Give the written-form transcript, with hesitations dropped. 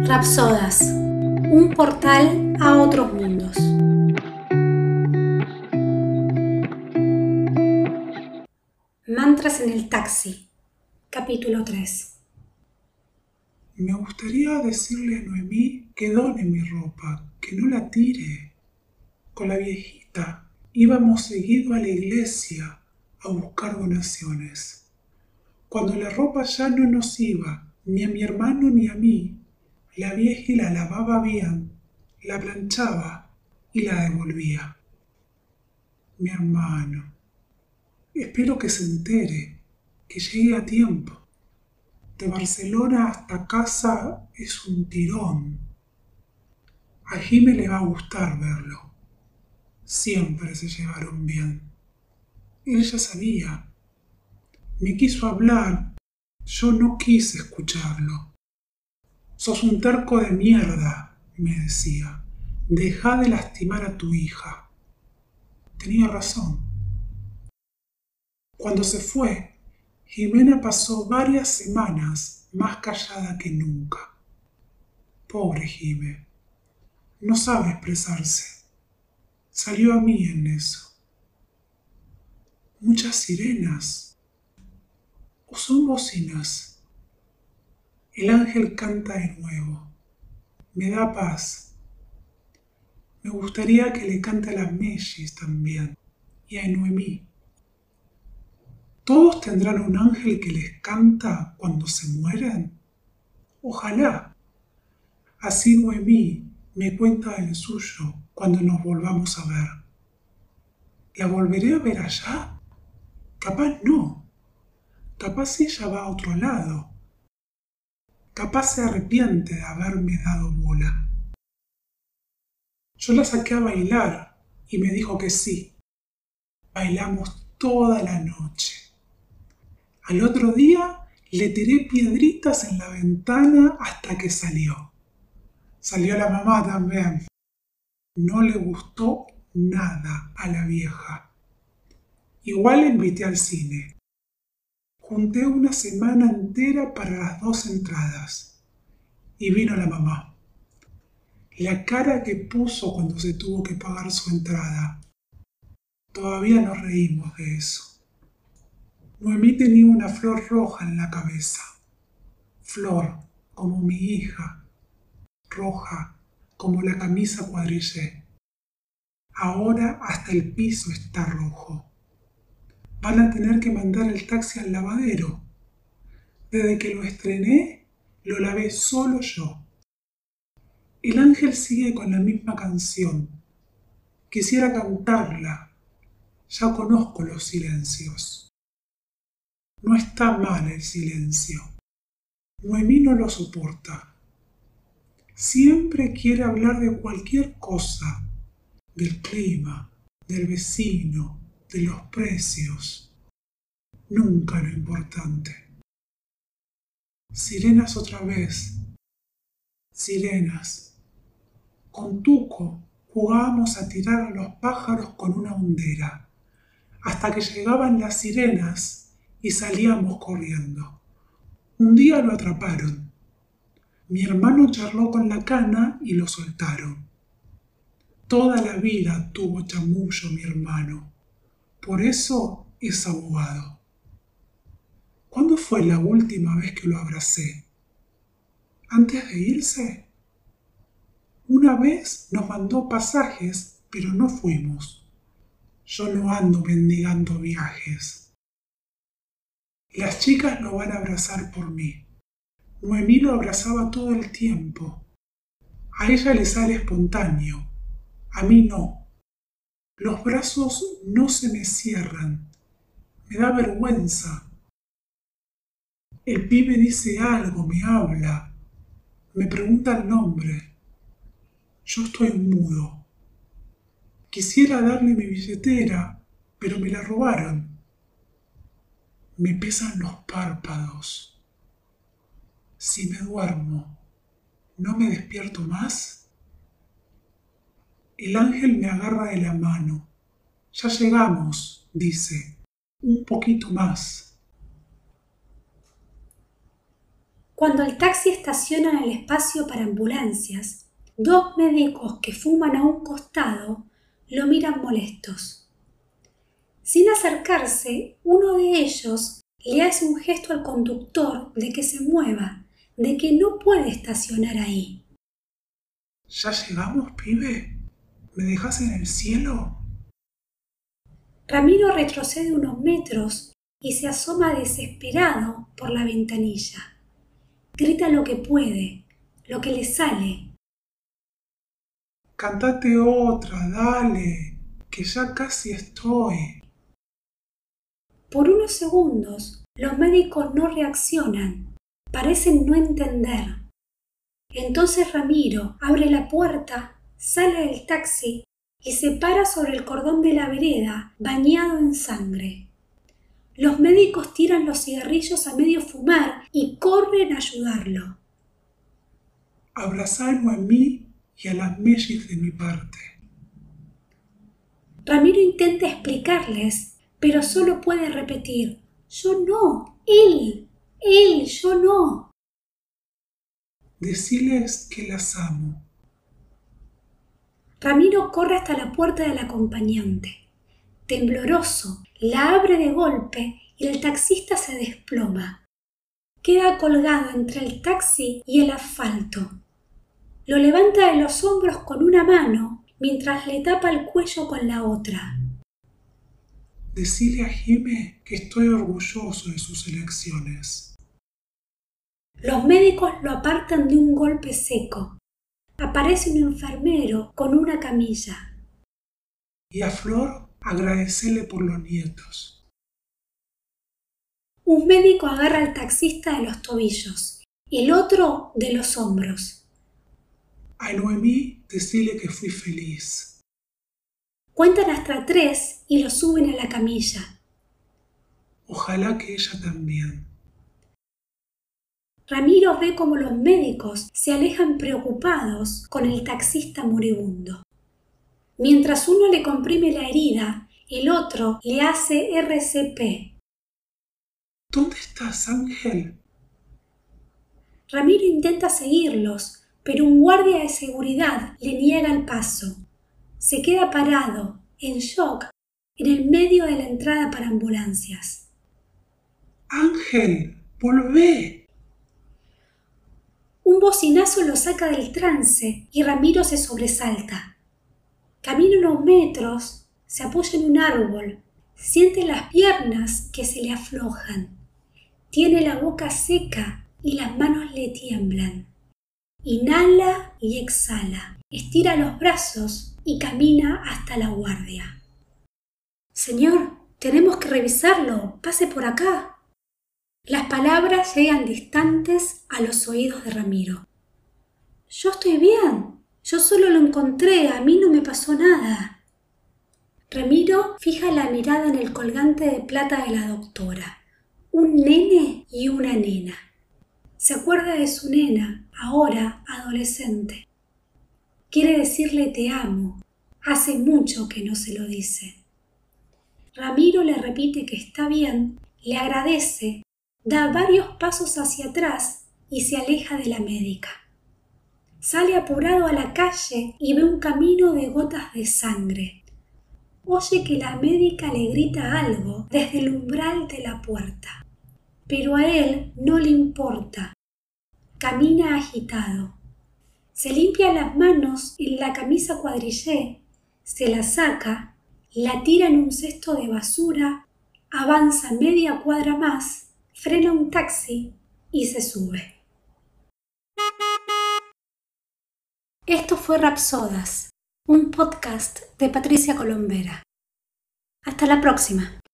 Rapsodas, un portal a otros mundos. Mantras en el taxi, capítulo 3. Me gustaría decirle a Noemí que done mi ropa, que no la tire. Con la viejita íbamos seguido a la iglesia a buscar donaciones. Cuando la ropa ya no nos iba, ni a mi hermano ni a mí, la vieja la lavaba bien, la planchaba y la devolvía. Mi hermano, espero que se entere, que llegue a tiempo. De Barcelona hasta casa es un tirón. A Jime le va a gustar verlo. Siempre se llevaron bien. Él ya sabía. Me quiso hablar. Yo no quise escucharlo. Sos un terco de mierda, me decía. Deja de lastimar a tu hija. Tenía razón. Cuando se fue, Jimena pasó varias semanas más callada que nunca. Pobre Jime. No sabe expresarse. Salió a mí en eso. Muchas sirenas. ¿O son bocinas? El ángel canta de nuevo. Me da paz. Me gustaría que le cante a las Mellis también. Y a Noemí. ¿Todos tendrán un ángel que les canta cuando se mueren? Ojalá. Así Noemí me cuenta el suyo cuando nos volvamos a ver. ¿La volveré a ver allá? Capaz no. Capaz ella va a otro lado. Capaz se arrepiente de haberme dado bola. Yo la saqué a bailar y me dijo que sí. Bailamos toda la noche. Al otro día le tiré piedritas en la ventana hasta que salió. Salió la mamá también. No le gustó nada a la vieja. Igual la invité al cine. Junté una semana entera para las 2 entradas. Y vino la mamá. La cara que puso cuando se tuvo que pagar su entrada. Todavía nos reímos de eso. Noemí tenía una flor roja en la cabeza. Flor como mi hija. Roja como la camisa cuadrillé. Ahora hasta el piso está rojo. Van a tener que mandar el taxi al lavadero. Desde que lo estrené, lo lavé solo yo. El ángel sigue con la misma canción. Quisiera cantarla. Ya conozco los silencios. No está mal el silencio. Noemí no lo soporta. Siempre quiere hablar de cualquier cosa. Del clima, del vecino, de los precios. Nunca lo importante. Sirenas otra vez. Sirenas. Con Tuco jugábamos a tirar a los pájaros con una hondera, hasta que llegaban las sirenas y salíamos corriendo. Un día lo atraparon. Mi hermano charló con la cana y lo soltaron. Toda la vida tuvo chamullo mi hermano. Por eso es abogado. ¿Cuándo fue la última vez que lo abracé? ¿Antes de irse? Una vez nos mandó pasajes, pero no fuimos. Yo no ando mendigando viajes. Las chicas lo van a abrazar por mí. Noemí lo abrazaba todo el tiempo. A ella le sale espontáneo. A mí no. Los brazos no se me cierran. Me da vergüenza. El pibe dice algo, me habla. Me pregunta el nombre. Yo estoy mudo. Quisiera darle mi billetera, pero me la robaron. Me pesan los párpados. Si me duermo, ¿no me despierto más? El ángel me agarra de la mano. Ya llegamos, dice. Un poquito más. Cuando el taxi estaciona en el espacio para ambulancias, dos médicos que fuman a un costado lo miran molestos. Sin acercarse, uno de ellos le hace un gesto al conductor de que se mueva, de que no puede estacionar ahí. ¿Ya llegamos, pibe? ¿Me dejas en el cielo? Ramiro retrocede unos metros y se asoma desesperado por la ventanilla. Grita lo que puede, lo que le sale. Cantate otra, dale, que ya casi estoy. Por unos segundos, los médicos no reaccionan, parecen no entender. Entonces Ramiro abre la puerta, sale del taxi y se para sobre el cordón de la vereda, bañado en sangre. Los médicos tiran los cigarrillos a medio fumar y corren a ayudarlo. Abrazalo a mí y a las mellis de mi parte. Ramiro intenta explicarles, pero solo puede repetir: yo no, él, yo no. Deciles que las amo. Ramiro corre hasta la puerta del acompañante. Tembloroso, la abre de golpe y el taxista se desploma. Queda colgado entre el taxi y el asfalto. Lo levanta de los hombros con una mano mientras le tapa el cuello con la otra. Decile a Jime que estoy orgulloso de sus elecciones. Los médicos lo apartan de un golpe seco. Aparece un enfermero con una camilla. Y a Flor, agradecele por los nietos. Un médico agarra al taxista de los tobillos, el otro de los hombros. A Noemí, decile que fui feliz. Cuentan hasta 3 y lo suben a la camilla. Ojalá que ella también. Ramiro ve cómo los médicos se alejan preocupados con el taxista moribundo. Mientras uno le comprime la herida, el otro le hace RCP. ¿Dónde estás, Ángel? Ramiro intenta seguirlos, pero un guardia de seguridad le niega el paso. Se queda parado, en shock, en el medio de la entrada para ambulancias. Ángel, volvé. Un bocinazo lo saca del trance y Ramiro se sobresalta. Camina unos metros, se apoya en un árbol, siente las piernas que se le aflojan. Tiene la boca seca y las manos le tiemblan. Inhala y exhala, estira los brazos y camina hasta la guardia. Señor, tenemos que revisarlo, pase por acá. Las palabras llegan distantes a los oídos de Ramiro. Yo estoy bien, yo solo lo encontré, a mí no me pasó nada. Ramiro fija la mirada en el colgante de plata de la doctora. Un nene y una nena. Se acuerda de su nena, ahora adolescente. Quiere decirle te amo. Hace mucho que no se lo dice. Ramiro le repite que está bien, le agradece, da varios pasos hacia atrás y se aleja de la médica. Sale apurado a la calle y ve un camino de gotas de sangre. Oye que la médica le grita algo desde el umbral de la puerta. Pero a él no le importa. Camina agitado. Se limpia las manos en la camisa cuadrillé, se la saca, la tira en un cesto de basura, avanza media cuadra más, frena un taxi y se sube. Esto fue Rapsodas, un podcast de Patricia Colombera. Hasta la próxima.